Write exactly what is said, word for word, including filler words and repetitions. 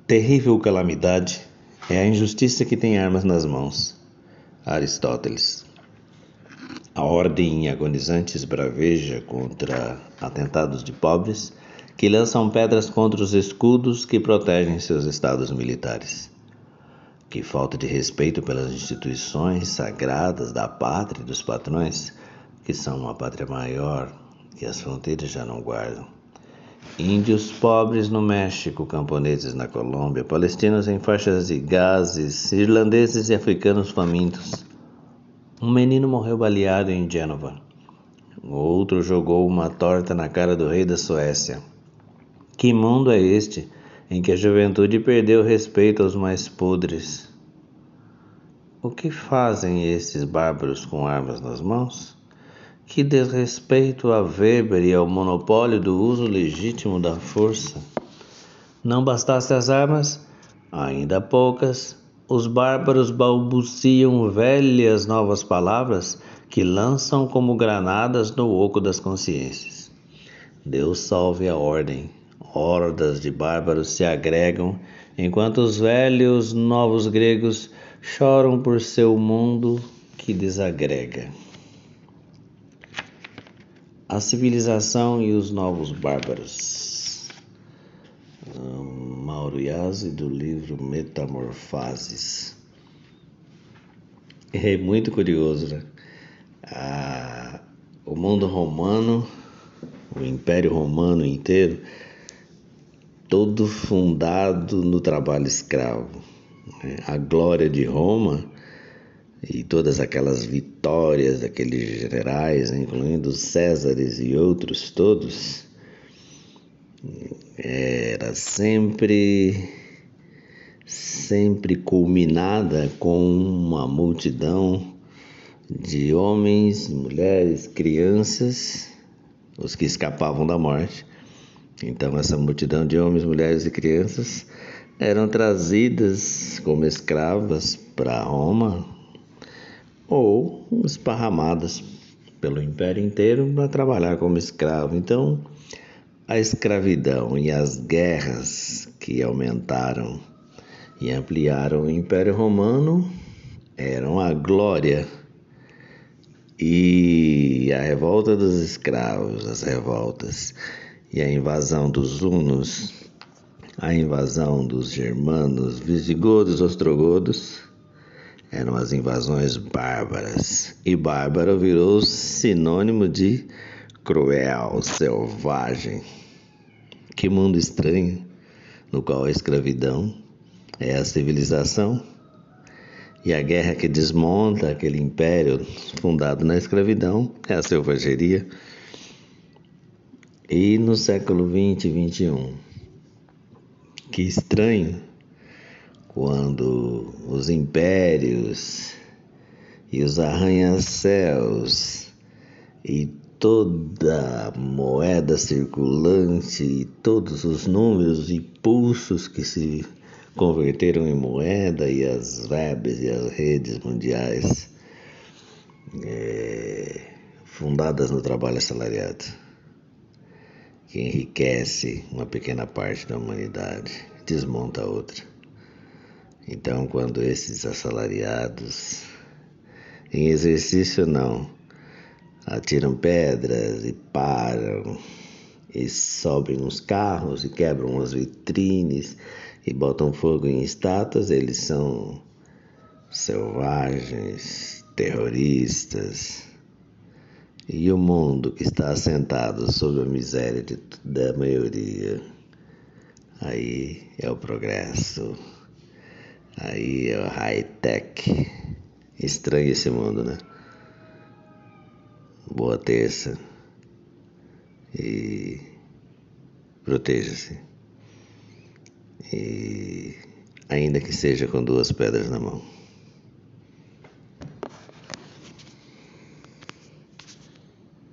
Terrível calamidade é a injustiça que tem armas nas mãos. Aristóteles. A ordem agonizante esbraveja contra atentados de pobres que lançam pedras contra os escudos que protegem seus estados militares. Que falta de respeito pelas instituições sagradas da pátria e dos patrões, que são uma pátria maior que as fronteiras já não guardam. Índios pobres no México, camponeses na Colômbia, palestinos em faixas de gases, irlandeses e africanos famintos. Um menino morreu baleado em Gênova. O outro jogou uma torta na cara do rei da Suécia. Que mundo é este em que a juventude perdeu respeito aos mais podres? O que fazem esses bárbaros com armas nas mãos? Que desrespeito a Weber e ao monopólio do uso legítimo da força. Não bastasse as armas, ainda poucas, os bárbaros balbuciam velhas novas palavras que lançam como granadas no oco das consciências. Deus salve a ordem. Hordas de bárbaros se agregam, enquanto os velhos novos gregos choram por seu mundo que desagrega. A civilização e os novos bárbaros. Mauro Yazzi, do livro Metamorfases. É muito curioso, né? Ah, o mundo romano, o Império Romano inteiro, todo fundado no trabalho escravo. A glória de Roma e todas aquelas vitórias daqueles generais, incluindo Césares e outros todos, era sempre, sempre culminada com uma multidão de homens, mulheres, crianças, os que escapavam da morte. Então essa multidão de homens, mulheres e crianças eram trazidas como escravas para Roma ou esparramadas pelo império inteiro para trabalhar como escravo. Então, a escravidão e as guerras que aumentaram e ampliaram o Império Romano eram a glória. E a revolta dos escravos, as revoltas e a invasão dos hunos, a invasão dos germanos, visigodos, ostrogodos, eram as invasões bárbaras. E bárbaro virou sinônimo de cruel, selvagem. Que mundo estranho, no qual a escravidão é a civilização e a guerra que desmonta aquele império fundado na escravidão é a selvageria. E no século vinte e vinte e um, que estranho, quando os impérios e os arranha-céus e toda a moeda circulante e todos os números e pulsos que se converteram em moeda e as webs e as redes mundiais é, fundadas no trabalho assalariado, que enriquece uma pequena parte da humanidade, desmonta a outra. Então, quando esses assalariados, em exercício não, atiram pedras e param, e sobem nos carros e quebram as vitrines e botam fogo em estátuas, eles são selvagens, terroristas. E o mundo que está assentado sob a miséria de, da maioria, aí é o progresso, aí é o high-tech. Estranho esse mundo, né? Boa terça e proteja-se. E ainda que seja com duas pedras na mão.